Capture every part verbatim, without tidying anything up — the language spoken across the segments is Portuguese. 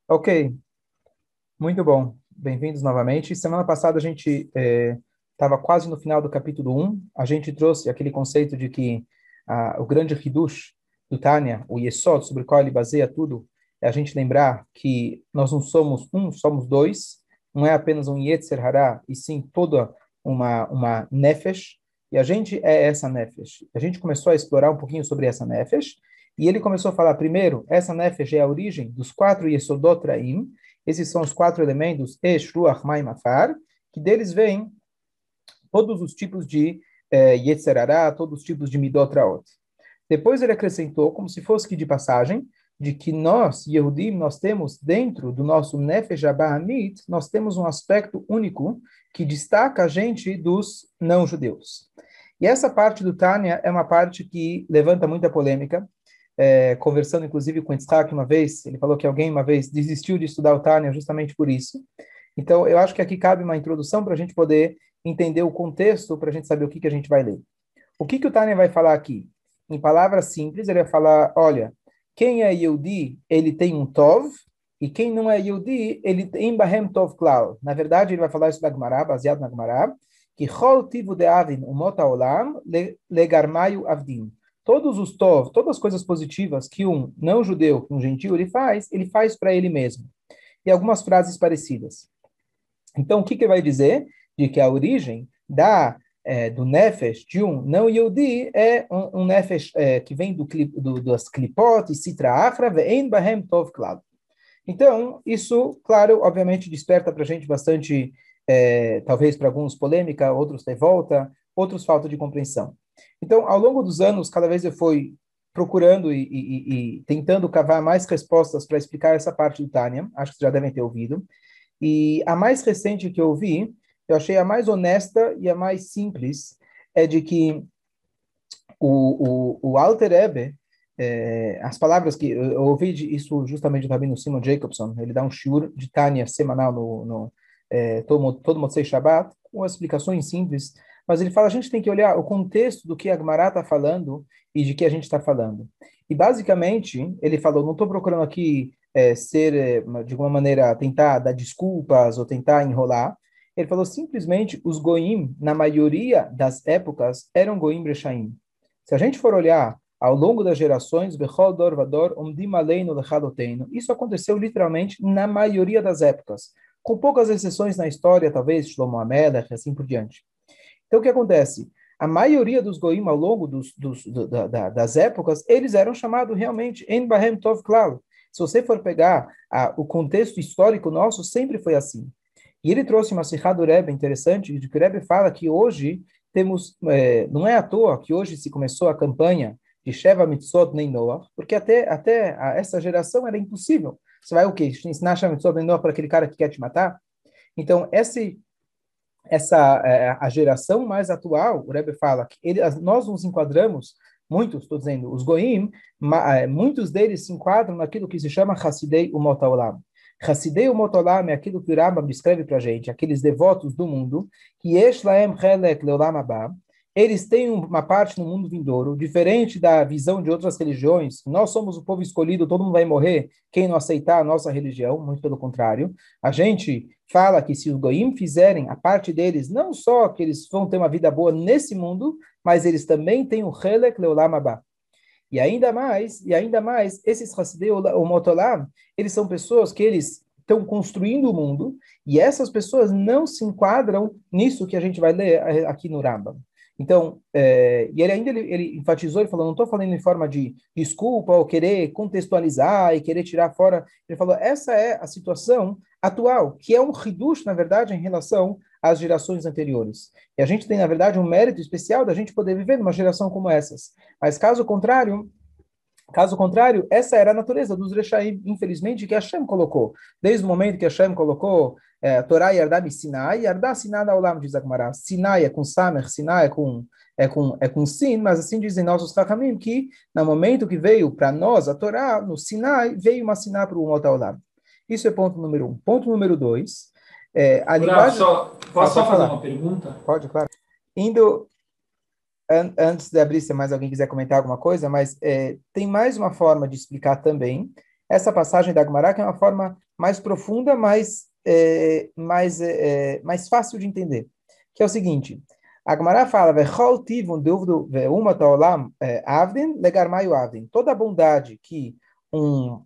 Ok, muito bom. Bem-vindos novamente. Semana passada a gente estava quase no final do capítulo um. A gente trouxe aquele conceito de que ah, o grande Hidush do Tânia, o Yesod, sobre o qual ele baseia tudo, é a gente lembrar que nós não somos um, somos dois. Não é apenas um Yetzer Hará, e sim toda uma, uma Nefesh. E a gente é essa Nefesh. A gente começou a explorar um pouquinho sobre essa Nefesh, e ele começou a falar primeiro, essa Nefesh é a origem dos quatro Yesodot Raim. Esses são os quatro elementos, Esh, Ruach, Maim, Afar, que deles vêm todos os tipos de eh, Yetzer Hará, todos os tipos de Midot Raot. Depois ele acrescentou, como se fosse que de passagem, de que nós, Yehudim, nós temos dentro do nosso Nefesh Abahamit, nós temos um aspecto único que destaca a gente dos não-judeus. E essa parte do Tânia é uma parte que levanta muita polêmica. É, conversando inclusive com o Yitzhak uma vez, ele falou que alguém uma vez desistiu de estudar o Tânia justamente por isso. Então, eu acho que aqui cabe uma introdução para a gente poder entender o contexto, para a gente saber o que, que a gente vai ler. O que, que o Tânia vai falar aqui? Em palavras simples, ele vai falar, olha, quem é Yehudi, ele tem um Tov, e quem não é Yehudi, ele tem Bahem Tov Klal. Na verdade, ele vai falar isso da Gemara, baseado na Gemara, que Chol Tivu de Avin Umot Haolam Legarmayu Avdim. Todos os Tov, todas as coisas positivas que um não-judeu, um gentil, ele faz, ele faz para ele mesmo. E algumas frases parecidas. Então, o que que vai dizer? De que a origem da é, do Nefesh de um não Yehudi é um, um Nefesh é, que vem do, do, das Klipot e Sitra Achra ve'en bahem tov klal. Então, isso, claro, obviamente desperta para a gente bastante, é, talvez para alguns polêmica, outros revolta, outros falta de compreensão. Então, ao longo dos anos, cada vez eu fui procurando e, e, e tentando cavar mais respostas para explicar essa parte do Tânia, acho que vocês já devem ter ouvido. E a mais recente que eu vi, eu achei a mais honesta e a mais simples, é de que o, o, o Alter Rebbe, é, as palavras que eu, eu ouvi de, isso justamente do Rabino Simon Jacobson, ele dá um shiur de Tânia semanal no, no é, todo, todo Motzei Shabbat, com explicações simples, mas ele fala, a gente tem que olhar o contexto do que a Gemara está falando e de que a gente está falando. E basicamente, ele falou, não estou procurando aqui é, ser, é, de alguma maneira, tentar dar desculpas ou tentar enrolar. Ele falou simplesmente, os goim, na maioria das épocas, eram goim brechaim. Se a gente for olhar ao longo das gerações, Bechol Dor Vador, Omdim Aleinu Lechaloteinu, isso aconteceu literalmente na maioria das épocas, com poucas exceções na história, talvez Shlomo Amelech e assim por diante. Então, o que acontece? A maioria dos goim ao longo dos, dos, do, da, das épocas, eles eram chamados realmente En Bahem Tov Klal. Se você for pegar a, o contexto histórico nosso, sempre foi assim. E ele trouxe uma Sihá do Rebbe interessante, de que o Rebbe fala que hoje temos, é, não é à toa que hoje se começou a campanha de Sheva Mitzvot Nem Noach, porque até, até a, essa geração era impossível. Você vai o quê? Ensinar Sheva Mitzvot Nem Noach para aquele cara que quer te matar? Então, esse essa é, a geração mais atual, o Rebbe fala que ele, nós nos enquadramos, muitos, estou dizendo, os goim, ma, é, muitos deles se enquadram naquilo que se chama Hassidei Umot Haolam. Hassidei Umot Haolam é aquilo que o Rambam descreve para a gente, aqueles devotos do mundo, que Yesh Laem Chelek Leolam Haba, eles têm uma parte no mundo vindouro, diferente da visão de outras religiões. Nós somos o povo escolhido, todo mundo vai morrer, quem não aceitar a nossa religião, muito pelo contrário. A gente fala que se os goim fizerem a parte deles, não só que eles vão ter uma vida boa nesse mundo, mas eles também têm o Helek Leolam Haba. E ainda mais, e ainda mais, esses Hassidei Umot Olam, eles são pessoas que eles estão construindo o mundo, e essas pessoas não se enquadram nisso que a gente vai ler aqui no Rambam. Então, é, e ele ainda ele, ele enfatizou, ele falou, não estou falando em forma de desculpa ou querer contextualizar e querer tirar fora. Ele falou, essa é a situação atual, que é um reducho, na verdade, em relação às gerações anteriores. E a gente tem, na verdade, um mérito especial da gente poder viver numa geração como essas. Mas caso contrário, Caso contrário, essa era a natureza dos Rechaim, infelizmente, que Hashem colocou. Desde o momento que Hashem colocou é, Torá e Yardá Sinai, Yardá Sinai da Olam, diz a Gemara. Sinai é com Samer, Sinai é com, é com, é com Sin, mas assim dizem nossos Chachamim, que no momento que veio para nós a Torá, no Sinai, veio uma Sinai para o Umot Olam. Isso é ponto número um. Ponto número dois, é, a Rav, linguagem... só, Fala, posso só pode fazer falar. uma pergunta? Pode, claro. Indo an- antes de abrir, se mais alguém quiser comentar alguma coisa, mas é, tem mais uma forma de explicar também essa passagem da Gemara, que é uma forma mais profunda, mais, é, mais, é, mais fácil de entender, que é o seguinte, a Gemara fala, "Vechol tivun deuvido ve'uma ta'olam eh, avdin legar maio avdin." Toda a bondade que um,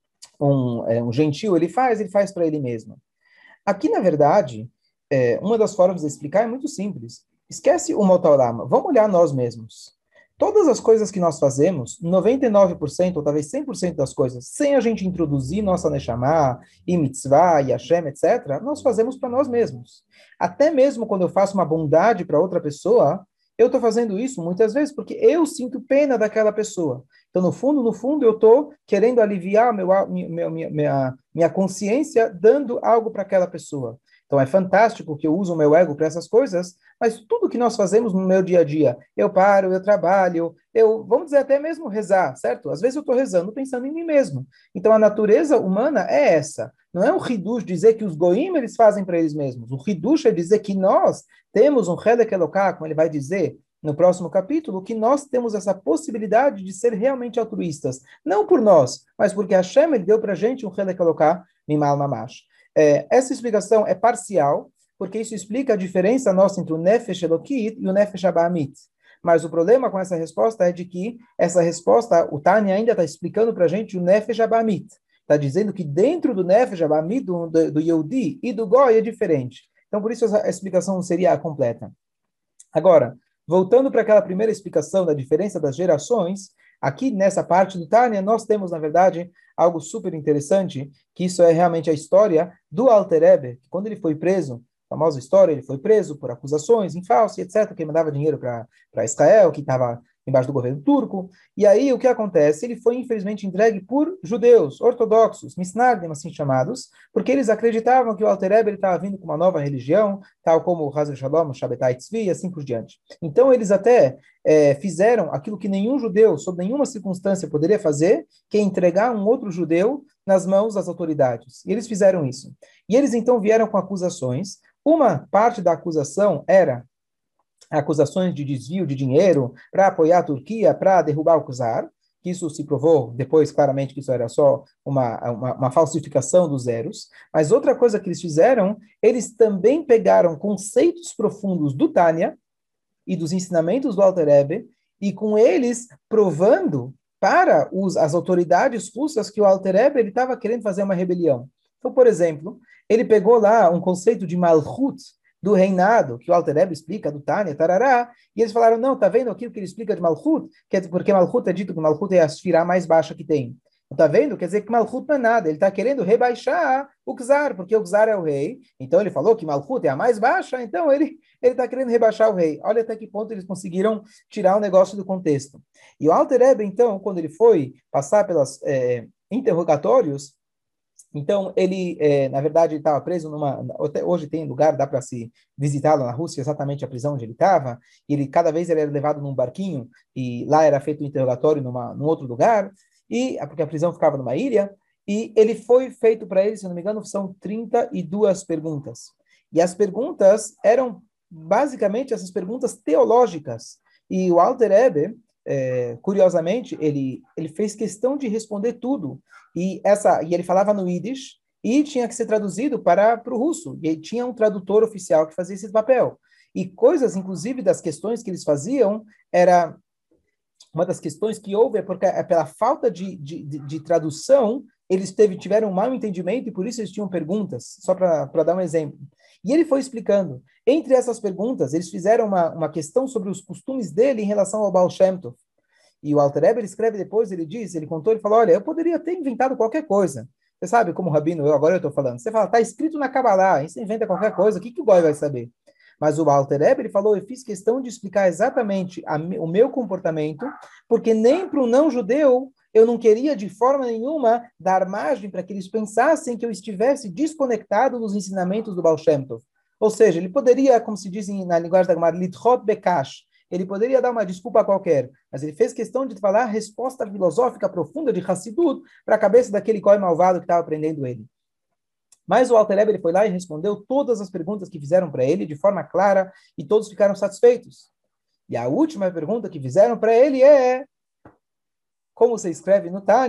um, é, um gentil ele faz, ele faz para ele mesmo. Aqui, na verdade, é, uma das formas de explicar é muito simples. Esquece o Motaorama, vamos olhar nós mesmos. Todas as coisas que nós fazemos, noventa e nove por cento ou talvez cem por cento das coisas, sem a gente introduzir nossa Neshama, e Mitzvah, e Hashem, etcétera, nós fazemos para nós mesmos. Até mesmo quando eu faço uma bondade para outra pessoa, eu estou fazendo isso muitas vezes porque eu sinto pena daquela pessoa. Então, no fundo, no fundo, eu estou querendo aliviar meu, minha, minha, minha, minha consciência dando algo para aquela pessoa. Então, é fantástico que eu uso o meu ego para essas coisas, mas tudo que nós fazemos no meu dia a dia, eu paro, eu trabalho, eu, vamos dizer, até mesmo rezar, certo? Às vezes eu estou rezando pensando em mim mesmo. Então, a natureza humana é essa. Não é um hidush dizer que os goim eles fazem para eles mesmos. O hidush é dizer que nós temos um Helek Eloká, como ele vai dizer no próximo capítulo, que nós temos essa possibilidade de ser realmente altruístas. Não por nós, mas porque Hashem ele deu para a gente um Helek Eloká Mimal Mamash. É, essa explicação é parcial, porque isso explica a diferença nossa entre o Nefesh Elokit e o Nefesh Abaamit. Mas o problema com essa resposta é de que essa resposta, o Tânia ainda está explicando para a gente o Nefesh Abaamit. Está dizendo que dentro do Nefesh Abaamit, do, do, do Yehudi e do Goi é diferente. Então, por isso, essa explicação não seria a completa. Agora, voltando para aquela primeira explicação da diferença das gerações, aqui nessa parte do Tânia, nós temos, na verdade, algo super interessante, que isso é realmente a história do Alter Rebbe, que quando ele foi preso, a famosa história, ele foi preso por acusações em falso, etcétera, que ele mandava dinheiro para Israel, que estava embaixo do governo turco, e aí o que acontece? Ele foi infelizmente entregue por judeus, ortodoxos, misnagdim, assim chamados, porque eles acreditavam que o Alter Rebbe estava vindo com uma nova religião, tal como o Hazel Shalom, o Shabbatai Tzvi, e assim por diante. Então eles até é, fizeram aquilo que nenhum judeu, sob nenhuma circunstância, poderia fazer, que é entregar um outro judeu nas mãos das autoridades. E eles fizeram isso. E eles então vieram com acusações. Uma parte da acusação era acusações de desvio de dinheiro para apoiar a Turquia, para derrubar o czar, que isso se provou depois claramente que isso era só uma, uma, uma falsificação dos zeros. Mas outra coisa que eles fizeram, eles também pegaram conceitos profundos do Tânia e dos ensinamentos do Alter Rebbe, e com eles provando para os, as autoridades russas que o Alter Rebbe estava querendo fazer uma rebelião. Então, por exemplo, ele pegou lá um conceito de Malchut, do reinado, que o Alter Rebbe explica, do Tânia, tarará, e eles falaram, não, tá vendo aquilo que ele explica de Malchut? Que é porque Malchut é dito que Malchut é a esfirá mais baixa que tem. Tá vendo? Quer dizer que Malchut não é nada, ele está querendo rebaixar o Czar, porque o Czar é o rei, então ele falou que Malchut é a mais baixa, então ele ele está querendo rebaixar o rei. Olha até que ponto eles conseguiram tirar o negócio do contexto. E o Alter Rebbe, então, quando ele foi passar pelos é, interrogatórios, então, ele, é, na verdade, estava preso numa... Até hoje tem lugar, dá para se visitá-lo na Rússia, exatamente a prisão onde ele estava. Ele, cada vez ele era levado num barquinho e lá era feito o um interrogatório numa, num outro lugar, e, porque a prisão ficava numa ilha, e ele foi feito para ele, se não me engano, são trinta e duas perguntas. E as perguntas eram, basicamente, essas perguntas teológicas. E o Alter Rebbe, é, curiosamente, ele, ele fez questão de responder tudo. E, essa, e ele falava no Yiddish e tinha que ser traduzido para, para o russo. E tinha um tradutor oficial que fazia esse papel. E coisas, inclusive, das questões que eles faziam, era uma das questões que houve é porque é pela falta de, de, de, de tradução, eles teve, tiveram um mau entendimento e por isso eles tinham perguntas, só para dar um exemplo. E ele foi explicando. Entre essas perguntas, eles fizeram uma, uma questão sobre os costumes dele em relação ao Baal Shem Tov. E o Alter Rebbe, ele escreve depois, ele diz, ele contou, ele falou, olha, eu poderia ter inventado qualquer coisa. Você sabe, como o Rabino, eu, agora eu estou falando, você fala, está escrito na Kabbalah, aí você inventa qualquer coisa, o que, que o Goi vai saber? Mas o Alter Rebbe, ele falou, eu fiz questão de explicar exatamente a, o meu comportamento, porque nem para o não-judeu eu não queria de forma nenhuma dar margem para que eles pensassem que eu estivesse desconectado dos ensinamentos do Baal Shem Tov. Ou seja, ele poderia, como se diz na linguagem da Gemara, litchot bekash, ele poderia dar uma desculpa qualquer, mas ele fez questão de falar a resposta filosófica profunda de Hassidut para a cabeça daquele coi malvado que estava aprendendo ele. Mas o Alter Rebbe, ele foi lá e respondeu todas as perguntas que fizeram para ele de forma clara e todos ficaram satisfeitos. E a última pergunta que fizeram para ele é: como você escreve no Tânia,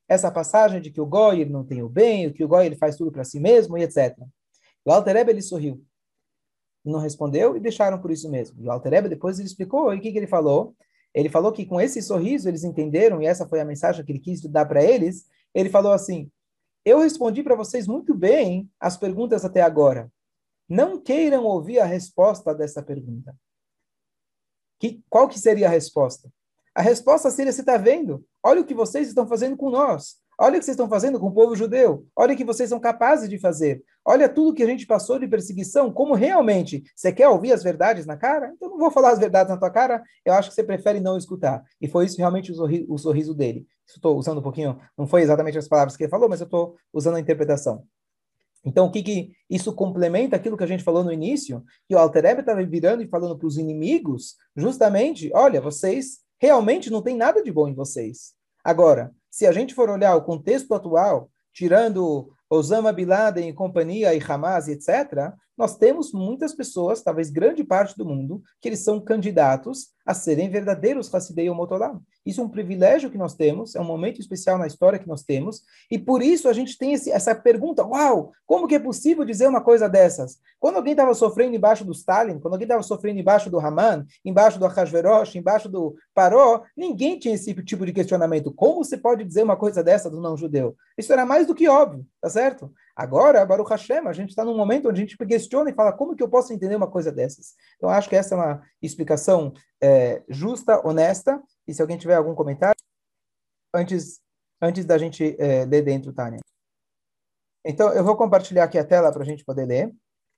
essa passagem de que o Goi ele não tem o bem, que o Goi ele faz tudo para si mesmo e etcétera. O Alter Rebbe, ele sorriu, não respondeu e deixaram por isso mesmo. E o Alter Rebbe depois ele explicou, e o que, que ele falou? Ele falou que com esse sorriso eles entenderam, e essa foi a mensagem que ele quis dar para eles. Ele falou assim: eu respondi para vocês muito bem as perguntas até agora. Não queiram ouvir a resposta dessa pergunta. Que, qual que seria a resposta? A resposta seria: você está vendo? Olha o que vocês estão fazendo com nós. Olha o que vocês estão fazendo com o povo judeu. Olha o que vocês são capazes de fazer. Olha tudo que a gente passou de perseguição. Como realmente você quer ouvir as verdades na cara? Então não vou falar as verdades na tua cara. Eu acho que você prefere não escutar. E foi isso realmente o, sorri o sorriso dele. Estou usando um pouquinho, não foi exatamente as palavras que ele falou, mas eu estou usando a interpretação. Então, o que, que isso complementa aquilo que a gente falou no início? Que o Alter Rebbe estava virando e falando para os inimigos, justamente, olha, vocês realmente não tem nada de bom em vocês. Agora, se a gente for olhar o contexto atual, tirando Osama Bin Laden e companhia, e Hamas, e etcétera, nós temos muitas pessoas, talvez grande parte do mundo, que eles são candidatos a serem verdadeiros Hassidei Omotolam. Isso é um privilégio que nós temos, é um momento especial na história que nós temos, e por isso a gente tem esse, essa pergunta: uau, como que é possível dizer uma coisa dessas? Quando alguém estava sofrendo embaixo do Stalin, quando alguém estava sofrendo embaixo do Haman, embaixo do Ahasverosh, embaixo do Paró, ninguém tinha esse tipo de questionamento. Como você pode dizer uma coisa dessa do não-judeu? Isso era mais do que óbvio, tá certo? Agora, Baruch Hashem, a gente está num momento onde a gente questiona e fala: como que eu posso entender uma coisa dessas? Então, acho que essa é uma explicação é, justa, honesta, e se alguém tiver algum comentário, antes, antes da gente é, ler dentro, Tânia. Então, eu vou compartilhar aqui a tela para a gente poder ler.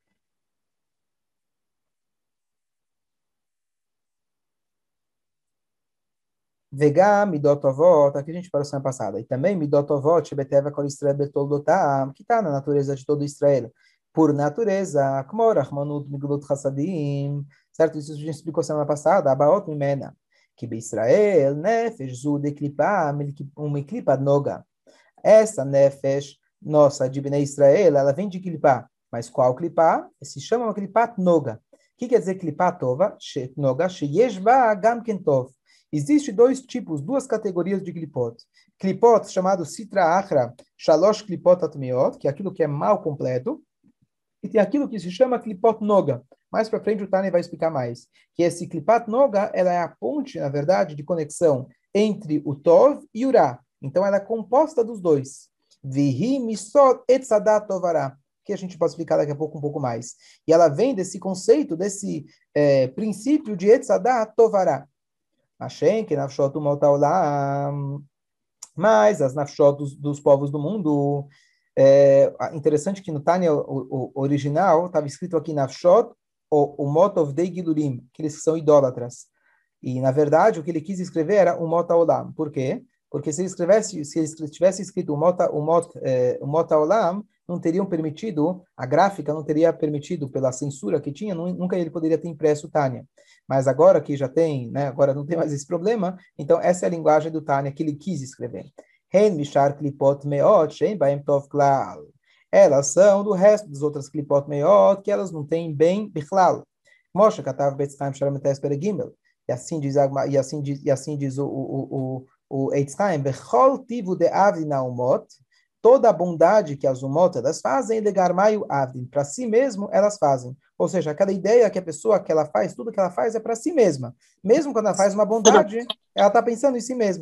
Vegam midot avot, aqui a gente parou semana passada. E também midot avot, shebeteva kol Israel betoldotam, que está na natureza de todo Israel. Por natureza, como rachmanut miglut chassadim, certo? Isso a gente explicou semana passada. Abaot mimena, que be Israel nefesh zu de klipa, uma klipa noga. Essa nefesh nossa de Bnei Israel, ela vem de klipa. Mas qual klipa? Se chama uma klipa noga. O que quer dizer klipa tova? Noga, sheyesh ba gam kentov. Existem dois tipos, duas categorias de clipot. Clipot chamado Sitra Achra, Shalosh Clipot Atmiot, que é aquilo que é mal completo, e tem aquilo que se chama Clipot Noga. Mais para frente o Tani vai explicar mais. Que esse Clipot Noga, ela é a ponte, na verdade, de conexão entre o Tov e o Ra. Então ela é composta dos dois. Vihi Misot Etzadat Tovara, que a gente pode explicar daqui a pouco um pouco mais. E ela vem desse conceito, desse é, princípio de Etzadat Tovara. Hashem, que nafshot umotaolam, mas as nafshot dos, dos povos do mundo. É interessante que no Tânia, o, o original, estava escrito aqui nafshot o motov de gilurim, aqueles que são idólatras. E, na verdade, o que ele quis escrever era o motaolam. Por quê? Porque se ele escrevesse, se ele tivesse escrito o mota, o mot, é, o motaolam, não teriam permitido, a gráfica não teria permitido, pela censura que tinha, nunca ele poderia ter impresso o Tânia. Mas agora que já tem, né, agora não tem mais esse problema, então essa é a linguagem do Tânia que ele quis escrever. Elas são do resto das outras klipot meot, que elas não têm bem bichlal. Moshe katav betzchaim sharametes peregimel. E assim diz, e assim diz, e assim diz o, o, o, o Eitzchaim, bechol tivu de avdi naumot, toda a bondade que as umot elas fazem, legarmaio avdim, para si mesmo elas fazem. Ou seja, cada ideia que a pessoa que ela faz, tudo que ela faz é para si mesma. Mesmo quando ela faz uma bondade, ela está pensando em si mesma.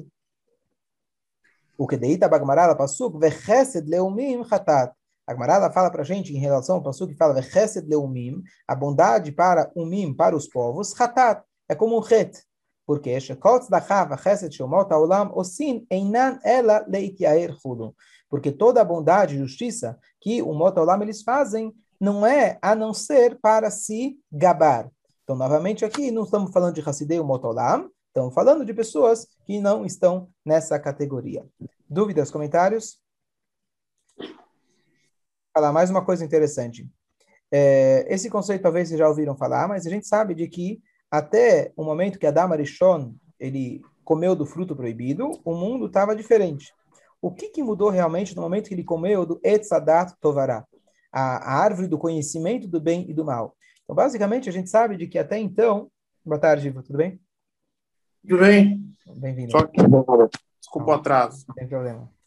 O que deita bagmarala pasuk vechesed leumim chatat. A Gemara fala para a gente em relação ao pasuk que fala vechesed leumim, a bondade para umim, para os povos, chatat, é como um chet. Porque shekotz dachava chesed shomot haolam osin einan ela leitiaer chudu. Porque toda a bondade e justiça que o Mot Olam eles fazem não é a não ser para se gabar. Então, novamente aqui, não estamos falando de Hassidei Mot Olam, estamos falando de pessoas que não estão nessa categoria. Dúvidas, comentários? Vou falar mais uma coisa interessante. É, esse conceito talvez vocês já ouviram falar, mas a gente sabe de que até o momento que Adam Arishon ele comeu do fruto proibido, o mundo estava diferente. O que, que mudou realmente no momento que ele comeu do Etzadat Tovará, a, a árvore do conhecimento do bem e do mal? Então, basicamente, a gente sabe de que até então... Boa tarde, Ivo, tudo bem? Tudo bem. Bem-vindo. Só que... Desculpa o atraso. Não tem problema.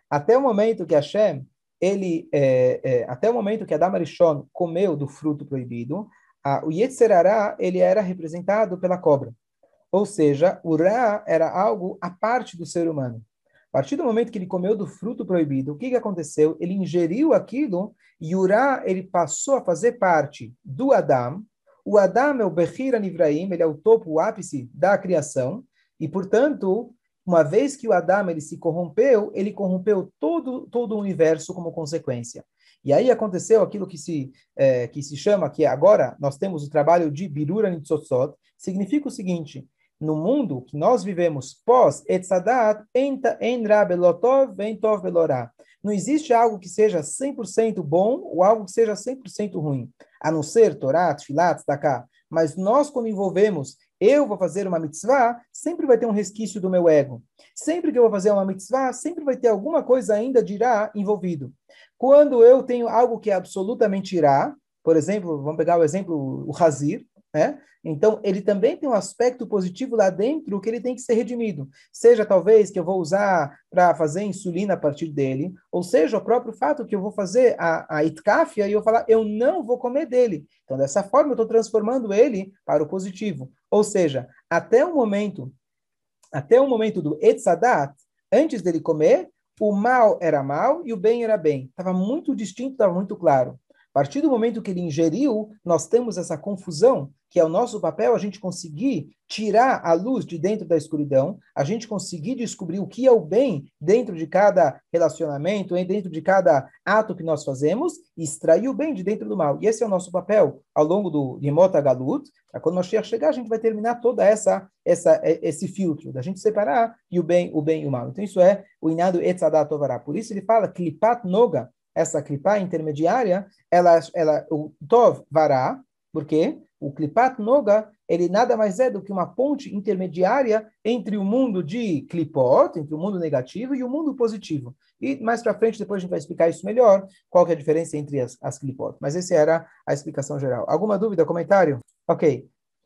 até o momento que Hashem, ele, é, é, até o momento que Adam Arishon comeu do fruto proibido, a, o Yetzer Hara, ele era representado pela cobra. Ou seja, o Ra era algo à parte do ser humano. A partir do momento que ele comeu do fruto proibido, o que, que aconteceu? Ele ingeriu aquilo e o Ra, ele passou a fazer parte do Adam. O Adam é o Bechir Anivraim, ele é o topo, o ápice da criação. E, portanto, uma vez que o Adam ele se corrompeu, ele corrompeu todo, todo o universo como consequência. E aí aconteceu aquilo que se, é, que se chama, que agora nós temos o trabalho de Birura Nitzotzot, significa o seguinte: no mundo que nós vivemos pós Etzadat, en ra belotov, en tov belorá. Não existe algo que seja cem por cento bom ou algo que seja cem por cento ruim, a não ser Torá, Tfilat, Tzedakah. Mas nós, quando envolvemos, eu vou fazer uma mitzvah, sempre vai ter um resquício do meu ego. Sempre que eu vou fazer uma mitzvah, sempre vai ter alguma coisa ainda de irá envolvido. Quando eu tenho algo que é absolutamente irá, por exemplo, vamos pegar o exemplo, o Hazir, né? Então, ele também tem um aspecto positivo lá dentro que ele tem que ser redimido. Seja, talvez, que eu vou usar para fazer insulina a partir dele, ou seja, o próprio fato que eu vou fazer a, a itkafia e eu falar, eu não vou comer dele. Então, dessa forma, eu estou transformando ele para o positivo. Ou seja, até o momento, até o momento do etzadat, antes dele comer, o mal era mal e o bem era bem. Estava muito distinto, estava muito claro. A partir do momento que ele ingeriu, nós temos essa confusão, que é o nosso papel, a gente conseguir tirar a luz de dentro da escuridão, a gente conseguir descobrir o que é o bem dentro de cada relacionamento, dentro de cada ato que nós fazemos, e extrair o bem de dentro do mal. E esse é o nosso papel ao longo do Yemot HaGalut. Quando nós chegar, a gente vai terminar toda essa, essa esse filtro, da gente separar e o bem, o bem e o mal. Então isso é o Inado Etzadat Tovará. Por isso ele fala, Klipat Noga, essa clipá intermediária, ela, ela, o Tov Vará, porque o Klipat Noga, ele nada mais é do que uma ponte intermediária entre o mundo de Klipot, entre o mundo negativo e o mundo positivo. E mais para frente, depois a gente vai explicar isso melhor, qual que é a diferença entre as, as Klipot. Mas essa era a explicação geral. Alguma dúvida, comentário? Ok.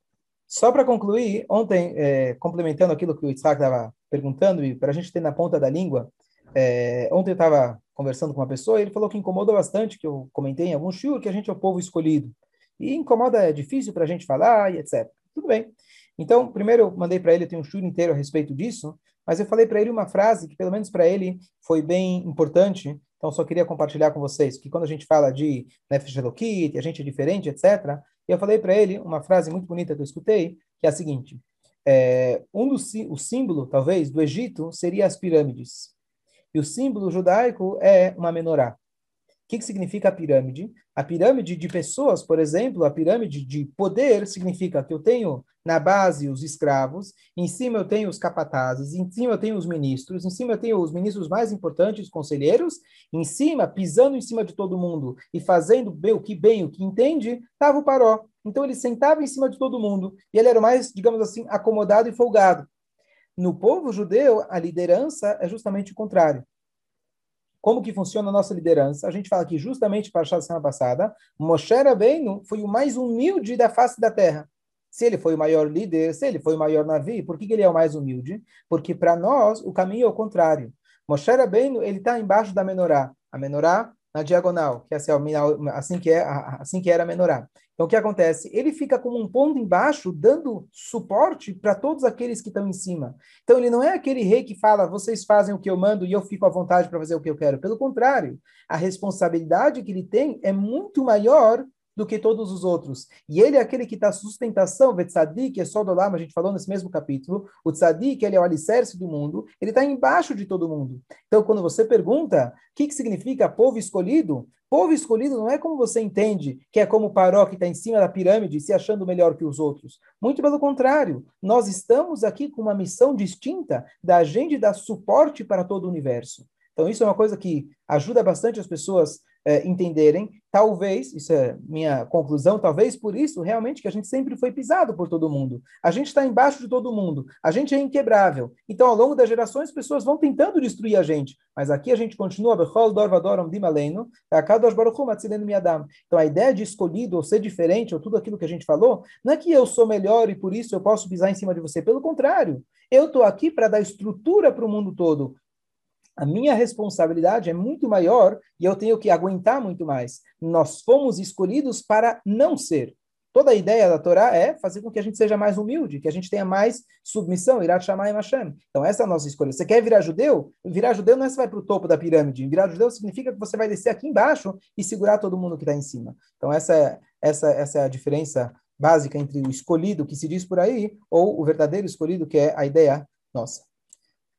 Só para concluir, ontem, é, complementando aquilo que o Itzhak estava perguntando, e para a gente ter na ponta da língua, é, ontem eu estava conversando com uma pessoa e ele falou que incomoda bastante, que eu comentei em algum shiur, que a gente é o povo escolhido. E incomoda, é difícil para a gente falar e etcétera. Tudo bem. Então, primeiro eu mandei para ele, eu tenho um shiur inteiro a respeito disso, mas eu falei para ele uma frase que, pelo menos para ele, foi bem importante, então só queria compartilhar com vocês, que quando a gente fala de Nefesh Elokit, a gente é diferente, etcétera, eu falei para ele uma frase muito bonita que eu escutei, que é a seguinte, é, um dos, o símbolo, talvez, do Egito seria as pirâmides. E o símbolo judaico é uma menorá. O que, que significa a pirâmide? A pirâmide de pessoas, por exemplo, a pirâmide de poder significa que eu tenho na base os escravos, em cima eu tenho os capatazes, em cima eu tenho os ministros, em cima eu tenho os ministros mais importantes, os conselheiros, em cima, pisando em cima de todo mundo e fazendo bem, o que bem, o que entende, estava o Paró. Então ele sentava em cima de todo mundo e ele era o mais, digamos assim, acomodado e folgado. No povo judeu, a liderança é justamente o contrário. Como que funciona a nossa liderança? A gente fala que justamente para a semana passada, Moshe Rabbeinu foi o mais humilde da face da terra. Se ele foi o maior líder, se ele foi o maior Navi, por que, que ele é o mais humilde? Porque para nós o caminho é o contrário. Moshe Rabbeinu, ele está embaixo da menorá. A menorá na diagonal, que é assim que, é, assim que era a menorá. Então, o que acontece? Ele fica como um ponto embaixo, dando suporte para todos aqueles que estão em cima. Então, ele não é aquele rei que fala, vocês fazem o que eu mando e eu fico à vontade para fazer o que eu quero. Pelo contrário, a responsabilidade que ele tem é muito maior do que todos os outros. E ele é aquele que dá sustentação, o tzadik, é só do lama, a gente falou nesse mesmo capítulo, o tzadik, ele é o alicerce do mundo, ele está embaixo de todo mundo. Então, quando você pergunta, o que, que significa povo escolhido? Povo escolhido não é como você entende, que é como o Paró que está em cima da pirâmide, se achando melhor que os outros. Muito pelo contrário, nós estamos aqui com uma missão distinta da gente dar suporte para todo o universo. Então, isso é uma coisa que ajuda bastante as pessoas é, entenderem. Talvez, isso é minha conclusão, talvez por isso, realmente, que a gente sempre foi pisado por todo mundo. A gente está embaixo de todo mundo. A gente é inquebrável. Então, ao longo das gerações, as pessoas vão tentando destruir a gente. Mas aqui a gente continua. Então, a ideia de escolhido ou ser diferente, ou tudo aquilo que a gente falou, não é que eu sou melhor e por isso eu posso pisar em cima de você. Pelo contrário, eu estou aqui para dar estrutura para o mundo todo. A minha responsabilidade é muito maior e eu tenho que aguentar muito mais. Nós fomos escolhidos para não ser. Toda a ideia da Torá é fazer com que a gente seja mais humilde, que a gente tenha mais submissão, irá chamar em Hashem. Então, essa é a nossa escolha. Você quer virar judeu? Virar judeu não é que você vai para o topo da pirâmide. Virar judeu significa que você vai descer aqui embaixo e segurar todo mundo que está em cima. Então, essa é, essa, essa é a diferença básica entre o escolhido, que se diz por aí, ou o verdadeiro escolhido, que é a ideia nossa.